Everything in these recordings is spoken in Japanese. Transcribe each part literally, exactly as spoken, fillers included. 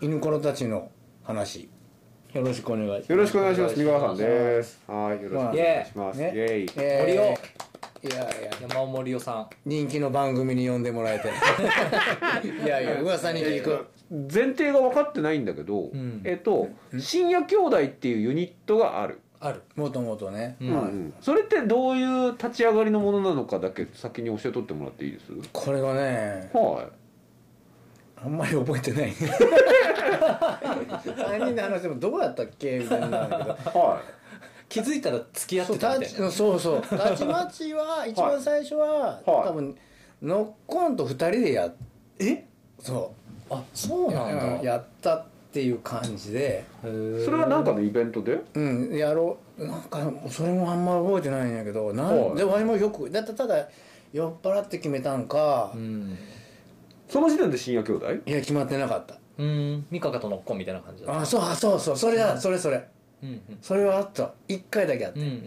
犬ころたちの話よろしくお願いします。 よろしくお願いします。三川さんです。はい、よろしくお願いします。 ね、 イエイ。 えー、 森尾。 いやいや、 山尾森尾さん。 人気の番組に呼んでもらえて。いやいや、噂に聞く。 前提が分かってないんだけど、うん、えっと、深夜兄弟っていうユニットがある。 ある。 もともとね。 うんうん。それってどういう立ち上がりのものなのかだけ先に教えとってもらっていいです？ これがね。 はい。 あんまり覚えてないさんにんで話してもどうやったっけみたいなんだけど、 はい、 気づいたら付き合ってたみたいな。 そうそうたちまちは一番最初は、はい、多分ノッコンとふたりでやっえそうあそうなんだやったっていう感じで、 それは何かのイベントでうんやろうなんかそれもあんま覚えてないんやけどなん、はい、でももよくだってただ酔っ払って決めたんか、うんその時点で深夜兄弟？ いや決まってなかった。 うんミカカとノッコンみたいな感じだった。 あそうそうそうそれだそれそれ、うんうん、それはあったいっかいだけあって、うんうんうん、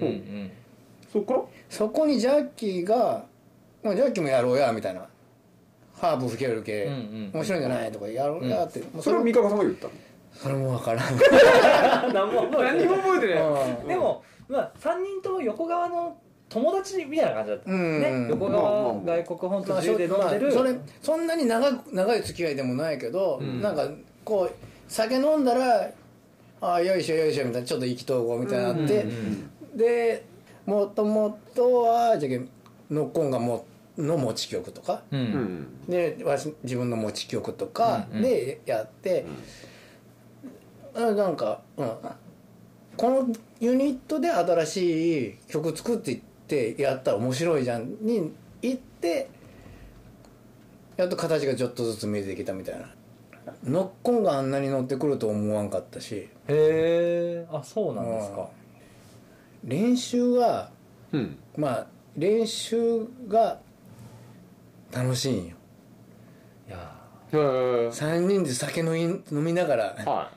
そっからそこにジャッキーがジャッキーもやろうやみたいなハーブ吹ける系、うんうん、面白いんじゃないとかやろうやって、 うん、それをミカカさんが言ったの？ それも分からん何も覚えてない何も覚えてない、 うん、でも、まあ、さんにんとも横側の友達みたいな感じだった、うんね、横側外国本とじゅうで飲んでる、 まあ、それそんなに 長, 長い付き合いでもないけど、うん、なんかこう酒飲んだらああよいしょよいしょみたいなちょっと意気投合みたいになって、うんうんうん、でもともとはじゃけノッコンがもの持ち曲とか、うん、で自分の持ち曲とかでやって、うんうん、なんか、うん、このユニットで新しい曲作っていってってやったら面白いじゃんに行ってやっと形がちょっとずつ見えてきたみたいな。ノッコンがあんなに乗ってくると思わんかったし。へえあそうなんですか。 練習が、うん、まあ練習が楽しいんよ。いやさんにんで酒飲み、飲みながら、はい、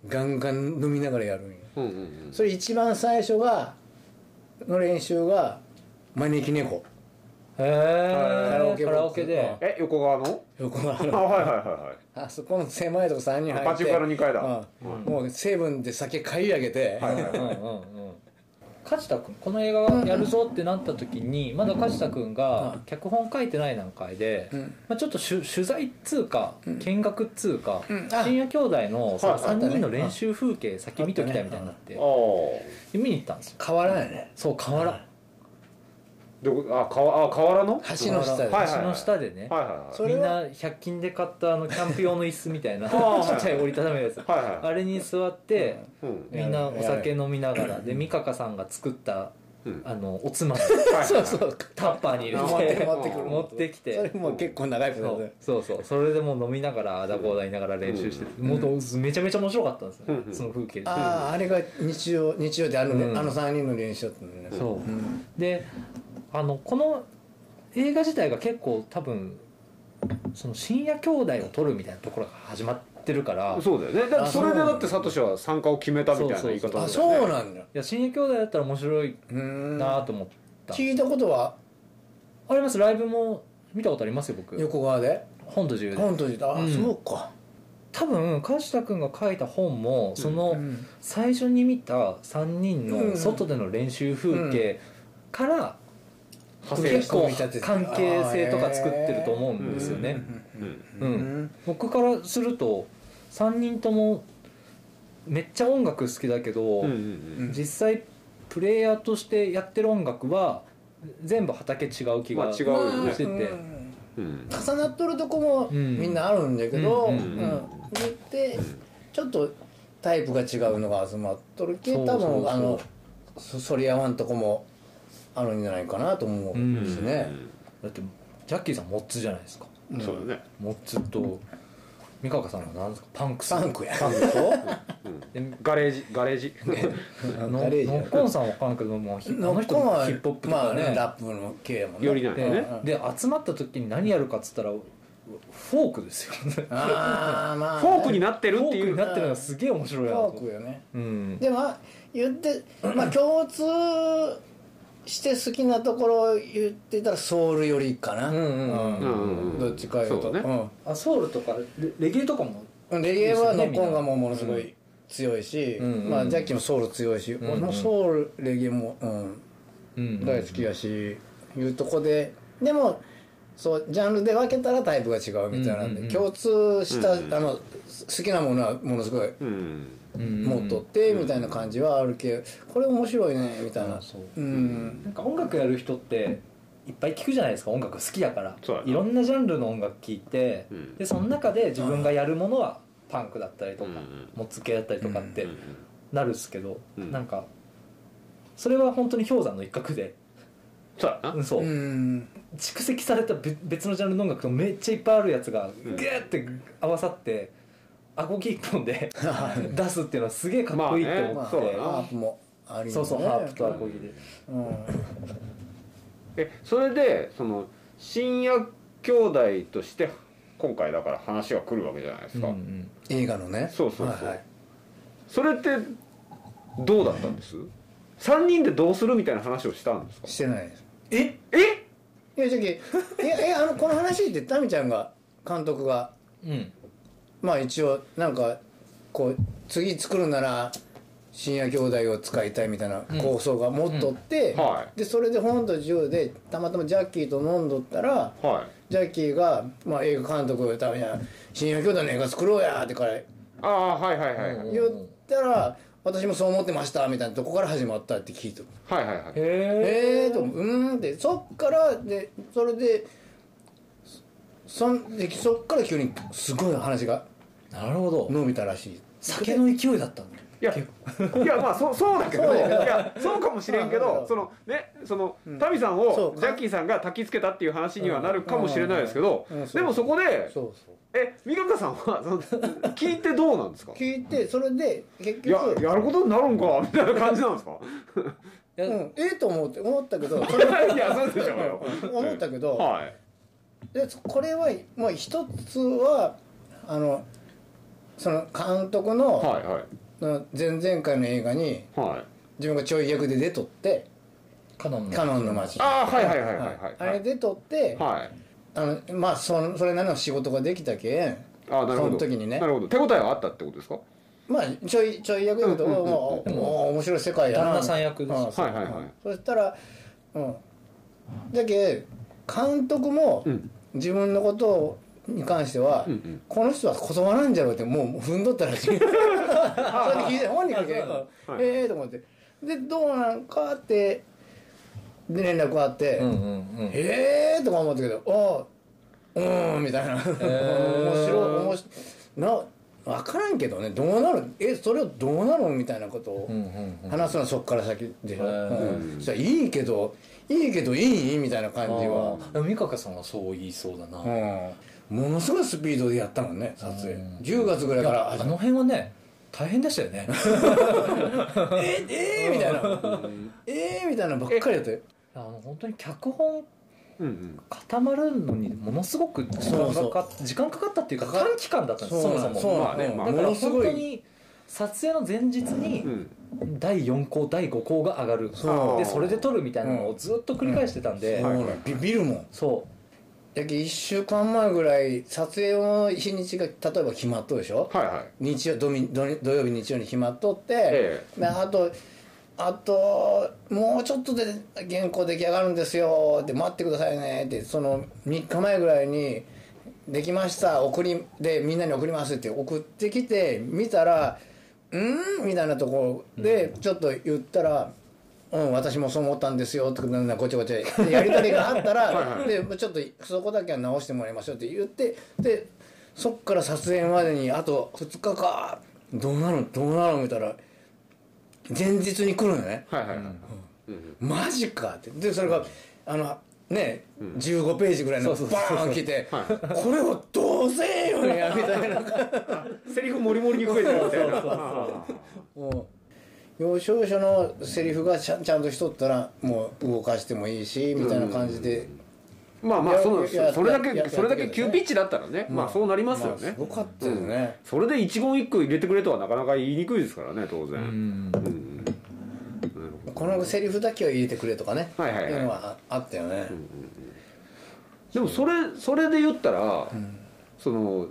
ガンガン飲みながらやるんよ、うんうんうん、それ一番最初がの練習が招き猫。 へえカラオケカラオケでえ横側の横側のあはいはいはいはいあそこの狭いとこさんにん入ってパチンコのにかいだ、 うんうん、もうセブンで酒買い上げて梶田君この映画やるぞってなった時にまだ梶田君が脚本書いてない段階で、うんまあ、ちょっと取材っつうか、うん、見学っつうか、うん、深夜兄弟のさんにんの練習風景先見ときたいみたいになって、で見に行ったんですよ。 河原やね。 そう河原、 どこあ川あ河原の橋の下で、 はいはいはい、橋の下でね、はいはいはい、みんなひゃく均で買ったあのキャンプ用の椅子みたいなちっちゃい折りたためるやつ、はいはい、あれに座って、うん、みんなお酒飲みながらでミカカさんが作ったうん、あのおつまみそうそうタッパーに入れて持ってきてそれも結構長いことでそうそうそれでもう飲みながらあだこうだ言いながら練習してて、うん、もうめちゃめちゃ面白かったんですよ、うん、その風景であああれが日曜日曜であの、ねうん、あのさんにんの練習だったんだね。 そう、うん、であのこの映画自体が結構多分その深夜兄弟を撮るみたいなところが始まってるからそうだよね。だってそれでだってサトシは参加を決めたみたいな言い方だよね。 あそうなんだ。いや深夜兄弟だったら面白いなと思った。 聞いたことはあります。ライブも見たことありますよ僕。 横側で本と自由で本と自由であ、うん、そうか。 多分梶田君が書いた本もその最初に見たさんにんの外での練習風景から結構関係性とか作ってると思うんですよね。僕からするとさんにんともめっちゃ音楽好きだけど、うんうんうん、実際プレイヤーとしてやってる音楽は全部畑違う気がしてて、まあ違うよね、 うん、重なっとるとこもみんなあるんだけどでちょっとタイプが違うのが集まっとるけ多分あのそり合わんとこもあるんじゃないかなと思うんですね、 うん、だってジャッキーさんモッツじゃないですか、 うん、そうだね。 モッツと三川さんは何ですかパンクスパンクやパンクと、 うん、ガレージガレージノッコンさんは分かんないけどもあの人ヒップホップとかね、 まあ、ラップの系やもんねよりないね。 で集まった時に何やるかっつったらフォークですよね。 あ、まあ、 フォークになってるっていうフォークになってるのがすげえ面白いなと。 フォークよね、うん、でも言ってまあ共通して好きなところを言ってたらソウルよりかな、どっちかいうと、ね、 うん、あソウルとか レ, レゲエとかもレゲエはノックオンがもうものすごい強いし、うんまあ、ジャッキーもソウル強いし、うん、俺もソウルレゲエも、うんうん、大好きやし、いうとこででもそうジャンルで分けたらタイプが違うみたいなんで、うんうん、共通した、うん、あの好きなものはものすごい、うん持っとってみたいな感じはあるけど、これ面白いねみたいな、 うん、なんか音楽やる人っていっぱい聴くじゃないですか。音楽好きだからいろんなジャンルの音楽聴いて、うん、でその中で自分がやるものはパンクだったりとか、うん、モッツ系だったりとかってなるっすけど、うん、なんかそれは本当に氷山の一角で、 そうだな、 そう、うん、蓄積された別のジャンルの音楽とめっちゃいっぱいあるやつがギューって合わさってアコギ一本で出すっていうのはすげえかっこいいって思って、まあね、 ハープもありますね。そうそう、ハープとアコギで、うん、 えそれでその深夜兄弟として今回だから話が来るわけじゃないですか、うんうん、 映画のね。 そうそうそう、はいはい、それってどうだったんです？さんにんでどうするみたいな話をしたんですか？ してないです。 ええいやじゃきいやいやあのこの話ってタミちゃんが監督が、うん、まあ一応なんかこう次作るなら深夜兄弟を使いたいみたいな構想が持っとって、うんうんはい、でそれで本と銃でたまたまジャッキーと飲んどったら、はい、ジャッキーが、まあ、映画監督のために深夜兄弟の映画作ろうやってからああはいはいはい、はい、 言ったら私もそう思ってましたみたいなとこから始まったって聞いてる。 はいはいはい。 へえーとうーんってそっからでそれでそでそっから急にすごい話がなるほど伸びたらしい。 酒の勢いだったんだ。 いやいやまあ そ, そうだけどそういやそうかもしれんけどそのねその、うん、タミさんをジャッキーさんが焚きつけたっていう話にはなるかもしれないですけど、でもそこでそうそうえ三上さんはその聞いてどうなんですか？ 聞いてそれで結局や, やることになるんかみたいな感じなんですか？ うん、ええと思って思ったけどそれいやそうでしょうよ思ったけど、 はい、 でこれはもう一つはあのその監督の、はいはい前々回の映画に自分がちょい役で出とってカノンのカノンの街ああはいはいはいはい、はい、 あれ出とって、はい、あのまあ そ, それなりの仕事ができたけんあなるほどその時にねなるほど手応えはあったってことですか？ まあちょいちょい役だけど、うんうんうん、もうもう面白い世界やな旦那さん役です、 はいはいはい、そしたらうんだけ監督も自分のことをに関しては、うんうん、この人は言葉なんじゃろうってもう踏んどったらしいそれで聞いて本人が結構ええー、と思ってでどうなんかってで連絡があって、うんうんうん、ええー、とか思ったけどああうんみたいな、えー、面白い面白いな分からんけどねどうなるえそれをどうなるみたいなことを話すのはそっから先でしょ、うんうん、そしたらいいけどいいけどいいみたいな感じは三掛さんはそう言いそうだな、 うんものすごいスピードでやったもんね撮影じゅうがつぐらいからあの辺はね大変でしたよねええー、みたいなええー、みたいなばっかりやってあの本当に脚本固まるのにものすごく時間かかっ時間かかったっていうか短期間だったんですそもそもそう、まあねまあ、だから本当に撮影の前日にだいよんこうだいごこうが上がるでそれで撮るみたいなのをずっと繰り返してたんで、 うんうん、ビビるもんそうやけいっしゅうかんまえぐらい撮影の日にちが例えば決まっとるでしょ、はいはい、日曜 土, 土曜日日曜に決まっとって、ええ、あとあともうちょっとで原稿出来上がるんですよって待ってくださいねってそのみっかまえぐらいにできました送りでみんなに送りますって送ってきて見たらんみたいなところでちょっと言ったら、うん、私もそう思ったんですよってごちゃごちゃやり取りがあったらはい、でちょっとそこだけは直してもらいましょうって言ってでそっから撮影までにあとふつかかどうなるどうなるみたいな前日に来るのね、はいはいはいうん、マジかってでそれがあのね、うん、じゅうごページぐらいのバーン来てこれをどうせよねみたいなセリフモリモリに増えてるみたいなもう要所要所のセリフがちゃん、ちゃんとしとったらもう動かしてもいいしみたいな感じで、 うん、まあまあ そ, それだけそれだけ急ピッチだったらね、まあそうなりますよね、まあ、すごかったよね、 うん、それで一言一句入れてくれとはなかなか言いにくいですからね当然、うんうんこのセリフだけは入れてくれとかね、はいはいはい、いうのはあったよね、うんうんうん、 でもそれそれで言ったら、うん、その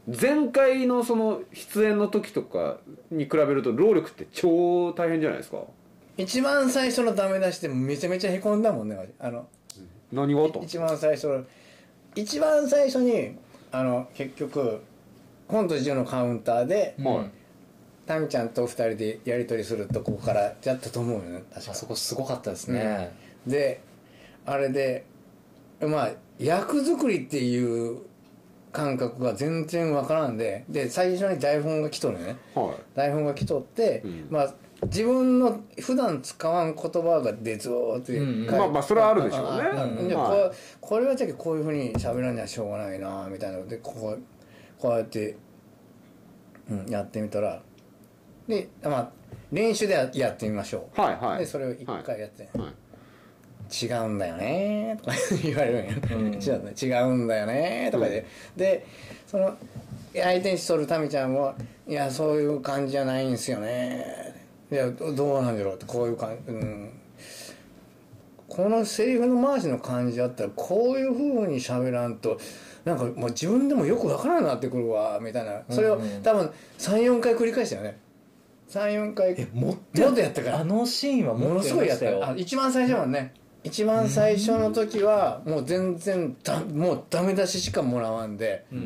前回のその出演の時とかに比べると労力って超大変じゃないですか。 一番最初のダメ出しでめちゃめちゃへこんだもんね。あの何があった一番最初の一番最初にあの結局コントじゅうのカウンターで、はい、タミちゃんとふたりでやり取りするとこからやったと思うよね。確かあそこすごかったですね、 うん、であれでまあ役作りっていう感覚が全然わからんでで最初に台本が来とるね、はい、台本が来とって、うん、まあ自分の普段使わん言葉が出そうって、うんうん、 まあまあそれはあるでしょうね。 うんうん、こ, これはじゃあこういうふうに喋らにはしょうがないなみたいなのでこうこうやって、うん、やってみたらで、まあ、練習でやってみましょう、はいはい、でそれを一回やって、はいはい、違うんだよねとか言われるんよ、うん、違うんだよねとかで、うん、でその相手にしとるタミちゃんもいやそういう感じじゃないんですよね、いやどうなんだろうってこういう感じ、うん、このセリフの回しの感じだったらこういう風に喋らんとなんかもう自分でもよくわからなくなってくるわみたいな、それを多分 さんよん 回繰り返したよね。さんよんかいえもっとやったからあのシーンはものすごいやったよ。一番最初はね、一番最初の時はもう全然だもうダメ出ししかもらわんで、うん、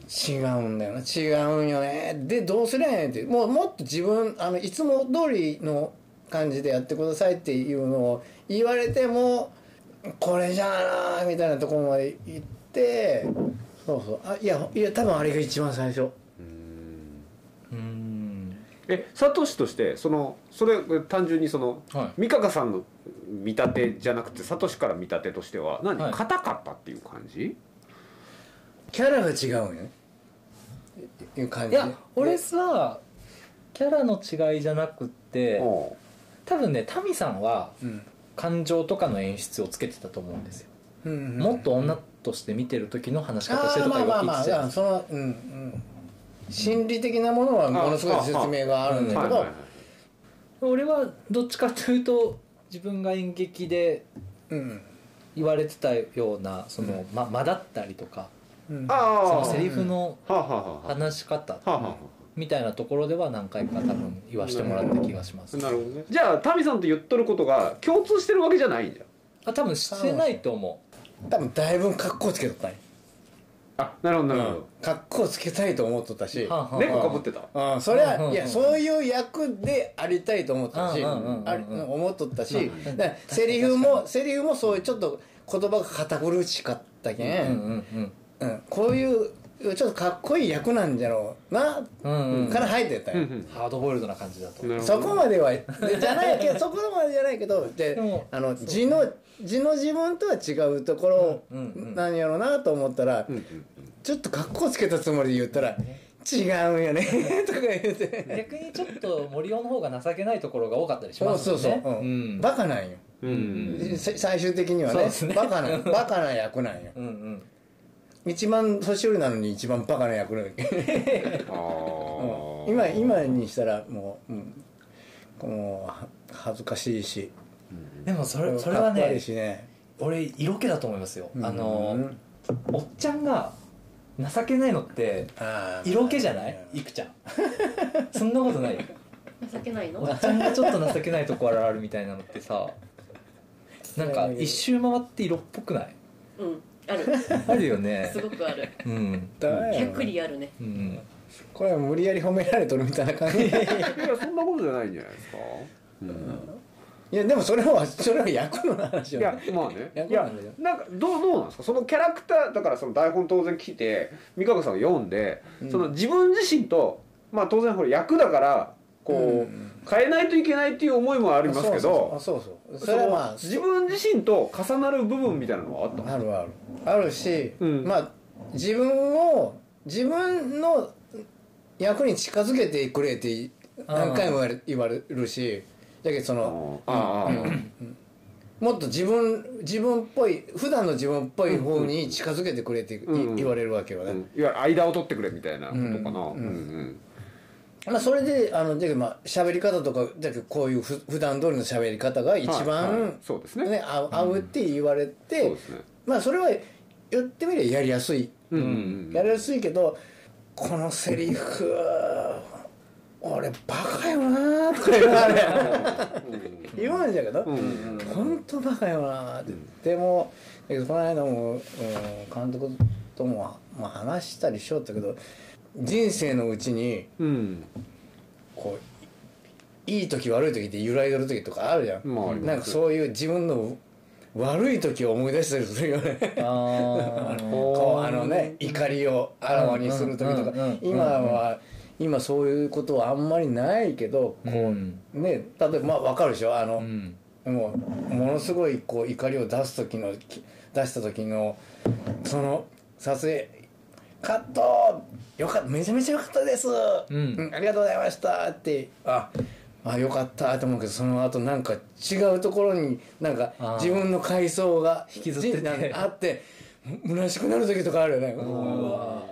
違うんだよな違うんよねでどうすりゃええんってもうもっと自分あのいつも通りの感じでやってくださいっていうのを言われてもこれじゃあなみたいなところまで行ってそうそうあいやいや多分あれが一番最初。うーんえサトシとしてそのそれ単純にその、はい、ミカカさんの見立てじゃなくてサトシから見立てとしては何、はい、硬かったっていう感じ？ キャラが違うんよねいう感じ。 いや俺さキャラの違いじゃなくって多分ねタミさんは感情とかの演出をつけてたと思うんですよ、うんうんうん、もっと女として見てる時の話し方してとか言ってた。 そのうんうん心理的なものはものすごい説明があるんだけど、 俺はどっちかというと自分が演劇で言われてたようなその間、ま、だったりとか、うん、そのセリフの話し方みたいなところでは何回か多分言わせてもらった気がします。 なるほどね。じゃあタミさんと言っとることが共通してるわけじゃないんじゃん。 あ多分してないと思う。多分だいぶ格好つけとったんや。 あなるほどなるほど、うん、 格好つけたいと思っとったし猫かぶってた、 うん、それはいやそういう役でありたいと思っとったし思っとったしセリフもセリフもそういうちょっと言葉が堅苦しかったけん、うんうんうん、こういうちょっとかっこいい役なんじゃろうな、うんうん、から入ってたよ、うんうん、 ハードボイルドな感じだとそこまではじゃないけどそこまでじゃないけどであの字の字の自分とは違うところなんやろうなと思ったら、うんうんうん、ちょっと格好つけたつもりで言ったら違うんよねとか言って逆にちょっと森尾の方が情けないところが多かったりしますよね。そうそうそう、うん、 バカなんよ、うんうん、最終的には ね, ねバカなバカな役なんようん、うん一番年寄りなのに一番バカな役なの今今にしたらもう、うん、もう恥ずかしいし、 うん、でもそれそれは ね, ね俺色気だと思いますよ、うん、あのおっちゃんが情けないのって色気じゃない？いくちゃんそんなことない？ 情けないの？ おっちゃんがちょっと情けないところあるみたいなのってさなんか一周回って色っぽくない？ うんあるあるよねすごくある、 うん、 ひゃくりあるね、うん、 これは無理やり褒められとるみたいな感じいやそんなことじゃないんじゃないですか、うん、 いやでもそれはそれは役の話よ、ね、いやまあねいやなんかどうどうなんですかそのキャラクターだからその台本当然来て美香子さんが読んで、うん、その自分自身とまあ当然ほら役だからこう、うん、変えないといけないっていう思いもありますけどそうそうそれはまあ自分自身と重なる部分みたいなのはあったの？ あるあるあるし、うん、まあ自分を自分の役に近づけてくれって何回も言われるしだけどそのああ、うん、もっと自分自分っぽい普段の自分っぽい方に近づけてくれって言われるわけよね、うんうん、 いわゆる間を取ってくれみたいなことかな、うんうんうんまあ、それであのだけどまあ喋り方とかだけどこういうふ普段通りの喋り方が一番、はいはいそうですね、ね合う、合うって言われて、うんそうですね、まあそれは言ってみればやりやすい、うんうん、やりやすいけどこのセリフ俺バカよなとか言われ言うんだけど、うん、本当バカよなって、うん、でもこの間も、うん、監督とも、まあ、話したりしよったけど人生のうちに、うん、こういい時悪い時って揺らいでる時とかあるじゃん、まあ、なんかそういう自分の悪い時を思い出したりするよねあこうあのね怒りをあらわにする時とか、うんうん、今は、うん、今そういうことはあんまりないけどこう、うん、ね例えばまあ分かるでしょあの、うん、もうものすごいこう怒りを出す時の出した時のその撮影カットよかっためちゃめちゃよかったです、うんうん、ありがとうございましたってああよかったと思うけどその後なんか違うところになんか自分の階層が引きずっててあって虚しくなる時とかあるよね。うわ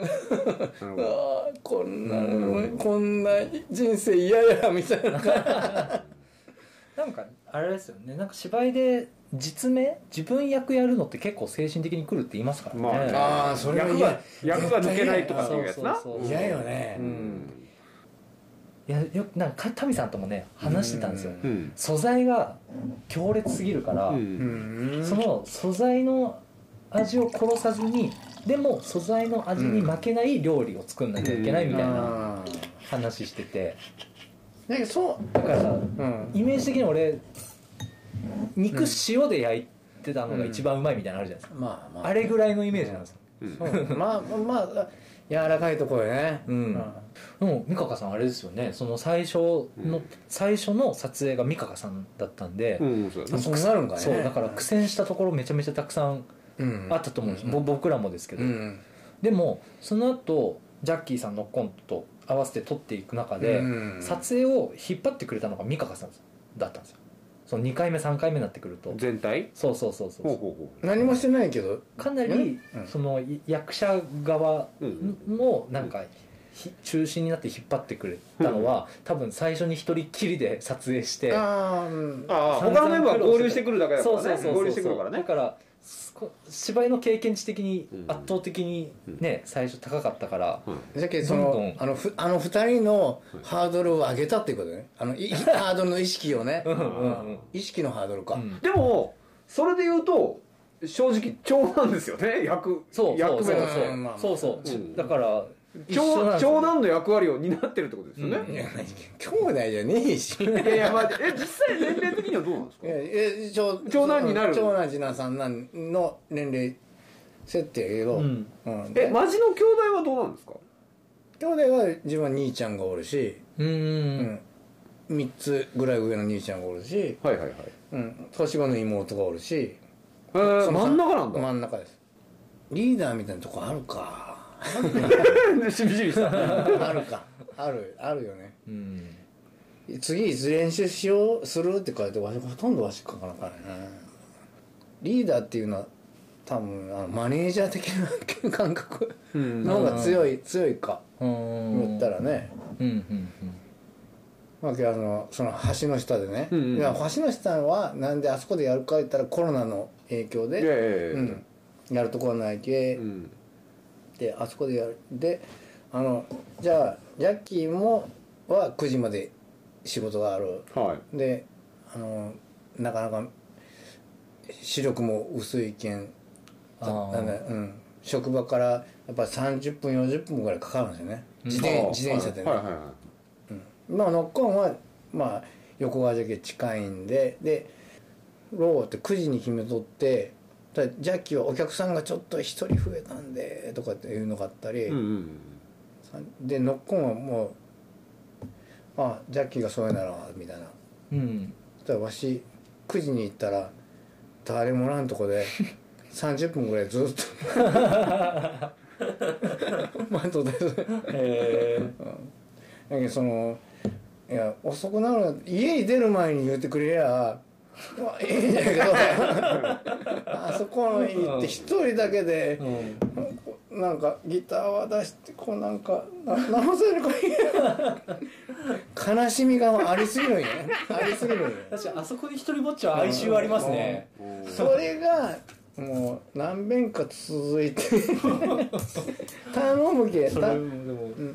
こんなのこんな人生嫌やみたいななんかあれですよねなんか芝居で実名自分役やるのって結構精神的に来るって言いますからね、 まあ、あそれ役が役が抜けないとかっていうやつな嫌よね、 うんいやよなんかタミさんともね話してたんですよ、うん、素材が強烈すぎるから、うん、その素材の味を殺さずにでも素材の味に負けない料理を作んなきゃいけないみたいな話してて、 うん、そうだからさ、うん、イメージ的に俺肉塩で焼いてたのが一番うまいみたいなのあるじゃないですか、うんまあまあ、あれぐらいのイメージなんですよ、 うん、まあまあ柔らかいところよね、うん、 でも美香香さんあれですよねその最初の、うん、最初の撮影が美香香さんだったんで、うん、 そうなるんかねそうだから苦戦したところめちゃめちゃたくさんあったと思うんです、うん、僕らもですけど、うん、でもその後ジャッキーさんのコントと合わせて撮っていく中で、うん、撮影を引っ張ってくれたのが美香香さんだったんですよそのにかいめさんかいめになってくると全体そうそうそうそうほうほうほう何もしてないけどかなり、うん、その役者側のなんか、うん、中心になって引っ張ってくれたのは、うん、多分最初に一人っきりで撮影してあ、うん、あ他のメンバー合流してくるだけだからねそうそうそうそう合流してくるからねだから芝居の経験値的に圧倒的にね、うん、最初高かったから、 うん、じゃけそのあのふあのふたりのハードルを上げたっていうことねあのハードルの意識をねうんうん、うん、意識のハードルか、うん、 でもそれで言うと正直長なんですよね役そう役目としてそうそう、うん、だから長, 長男の役割を担ってるってことですよね、うん、いや兄弟じゃねえしいやいや、まあ、え実際年齢的にはどうなんですかえ長, 長男になる長男次男三男の年齢設定やけど、うんうん、えマジの兄弟はどうなんですか兄弟は自分は兄ちゃんがおるしうん、うん、みっつぐらい上の兄ちゃんがおるしはいはいはい、 うん、年子の妹がおるしえー、真ん中なんだ真ん中ですリーダーみたいなとこあるかしみじみしたあるかあるあるよね、うん、次いつ練習しようするって書いてほとんどわし書かなかったねリーダーっていうのは多分あのマネージャー的な感覚の方が強い、うん、強いか言ったらねうんうんうんまあ、あのその橋の下でね、うんうん、いや橋の下はなんであそこでやるか言ったらコロナの影響で、うん、やるところないけ、うんであそこでやるであのじゃあジャッキーもはくじまで仕事がある、はい、であのなかなか視力も薄いけんああ、ねうん、職場からやっぱさんじゅっぷんよんじゅっぷんぐらいかかるんですよね自転、うん、自転車でね、はいはいはいうん、まあノッコンは、まあ、横川じゃけ近いんででローってくじに決めとってジャッキーはお客さんがちょっと一人増えたんでとかっていうのがあったり、うんうん、でノッコンはもうあジャッキーがそういうならみたいな、うん、だからわしくじに行ったら誰もおらんとこでさんじゅっぷんぐらいずっと待っとってへえ、うん、そのいや遅くなる家に出る前に言ってくれりゃまあいいんだけどあそこに行って一人だけで、うん、なんかギター渡してこうなんかな直せるか悲しみがありすぎるんよねありすぎるんよ確かにあそこに一人ぼっちは哀愁ありますね、 うん、それがもう何遍か続いて頼むけそれでも、うん、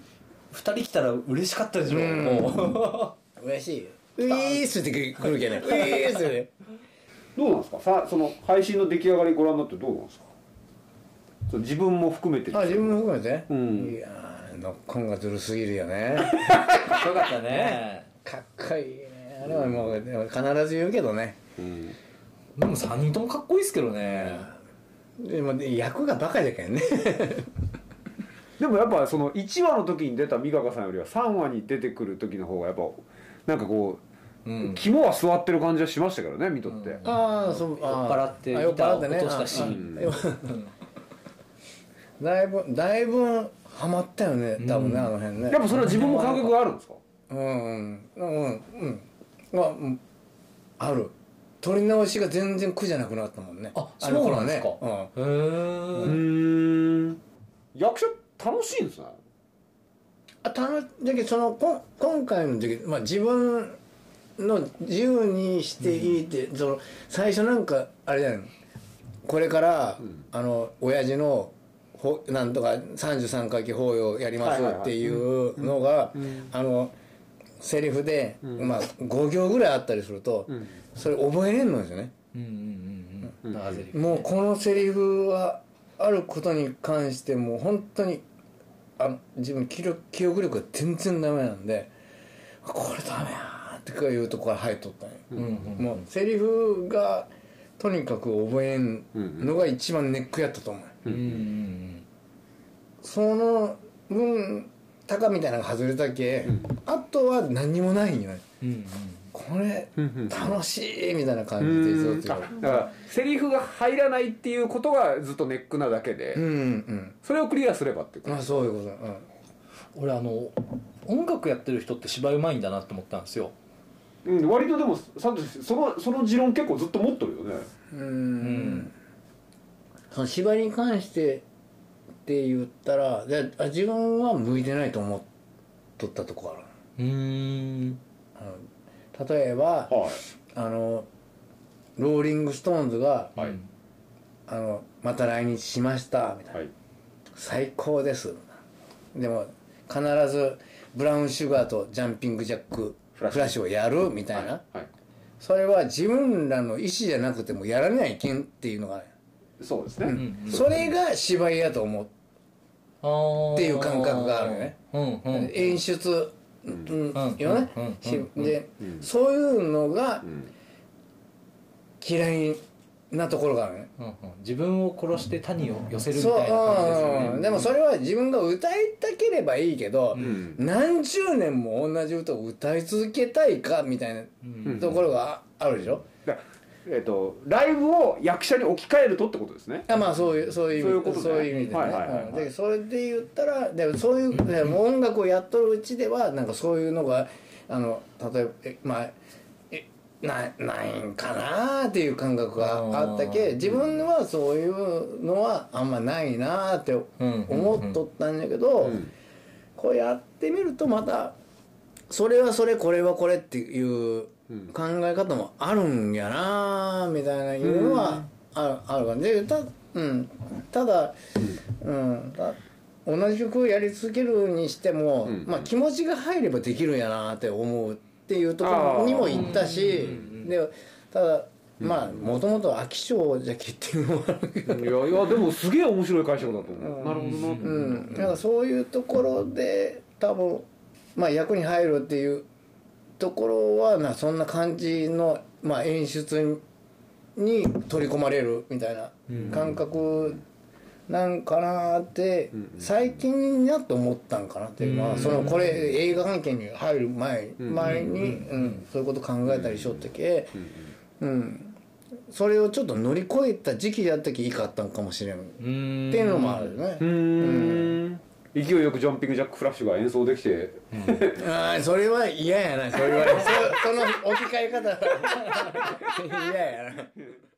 ふたり来たら嬉しかったでしょ、うん、もう嬉しい。ウィースってくるけどね。ウィースでどうなんですか、さその配信の出来上がりご覧になってどうなんですか。自分も含めて。 あ、自分も含めて、 うん、 いやーノッコンがずるすぎるよね。 かっこよかったね。 かっこいいね。あれはもう必ず言うけどね、うん、 でもさんにんともかっこいいですけどね。 でも役がバカじゃけんね。 でもやっぱそのいちわの時に出た美香さんよりはさんわに出てくる時の方がやっぱなんかこう、うん、肝は座ってる感じはしましたけどね、見とって、うん、 ああ、そう、 酔っ払ってギターを落としたシーン、 だいぶだいぶハマったよね、多分ね、うん、あの辺ね。 やっぱそれは自分も感覚があるんですか。 うんうんうんうんまあ、うん、ある。撮り直しが全然苦じゃなくなったもんね。 あ、そうなんですか。 うん、へえ。 うん。役者楽しいんですね。 あ、楽だけどそのこ今回の時、まあ、自分の自由にしていいって、うん、その最初なんかあれだよ、これから、うん、あの親父のほなんとかさんじゅうさんかいき法要やりますっていうのがあのセリフで、うん、まあごぎょうぐらいあったりすると、うん、それ覚えれんのですよね。もうこのセリフはあることに関してもう本当にあ自分記憶、記憶力が全然ダメなんで、これダメやっていうとこから入っとったんよ、うんうんうん、もうセリフがとにかく覚えんのが一番ネックやったと思う、うんうんうん、その分タカみたいなのが外れたけ、うん、あとは何にもないんよね、うんうん、これ楽しいみたいな感じでずっと、 だからセリフが入らないっていうことがずっとネックなだけで、うんうん、それをクリアすればっていうこと。 あ、そういうことだ、 うん、俺あの音楽やってる人って芝居うまいんだなって思ったんですよ、 うん、割とでもサントシそのその持論結構ずっと持ってるよね。うん、うん、 その芝居に関してって言ったらで自分は向いてないと思っとったとこある。うーん、あの例えば、はい、あのローリングストーンズが、はい、あのまた来日しましたみたいな、はい、最高ですでも必ずブラウンシュガーとジャンピングジャックフラッシュをやるみたいな、はいはい、それは自分らの意思じゃなくてもやらないけんっていうのが、 そうですね、うん、 それが芝居やと思うっていう感覚があるよね、うんうん、演出、うんうん、よね、うん、で、うん、そういうのが嫌いなところがあるね、うんうん、 自分を殺して他人を寄せるみたいな感じですよね、 うん、でもそれは自分が歌いたければいいけど、うん、何十年も同じ歌を歌い続けたいかみたいなところがあるでしょ、うん、 えー、とライブを役者に置き換えるとってことですね。 あ、まあそういうそういう意味、そういう意味でね、はいはいはいはい、でそれで言ったらでもそういう、ね、音楽をやっとるうちではなんかそういうのがあの例えばえまあえなないんかなっていう感覚があったけ、自分はそういうのはあんまないなって思っとったんだけど、うんうんうん、こうやってみるとまたそれはそれこれはこれっていう考え方もあるんやなみたいないうのはある、あるからで た,、うん、ただ、うん、た同じ曲をやり続けるにしても、うん、まあ、気持ちが入ればできるんやなって思うっていうところにも行ったし、でただまあもともと飽き性じゃきっていうのもあるけど、 いやいやでもすげえ面白い解釈だと思う、うん、なるほどな、うん、 だからそういうところで多分まあ役に入るっていうところはなそんな感じの、まあ、演出に取り込まれるみたいな感覚なんかなって最近になって思ったんかなっていうのは、そのこれ映画関係に入る前前に、うん、そういうこと考えたりしよったけ、うん、それをちょっと乗り越えた時期やったきいいかったんかもしれんっていうのもあるよね。うん、 勢いよくジャンピングジャックフラッシュが演奏できて、 うん、ああそれは嫌やな、それはそ, その置き換え方は嫌やな。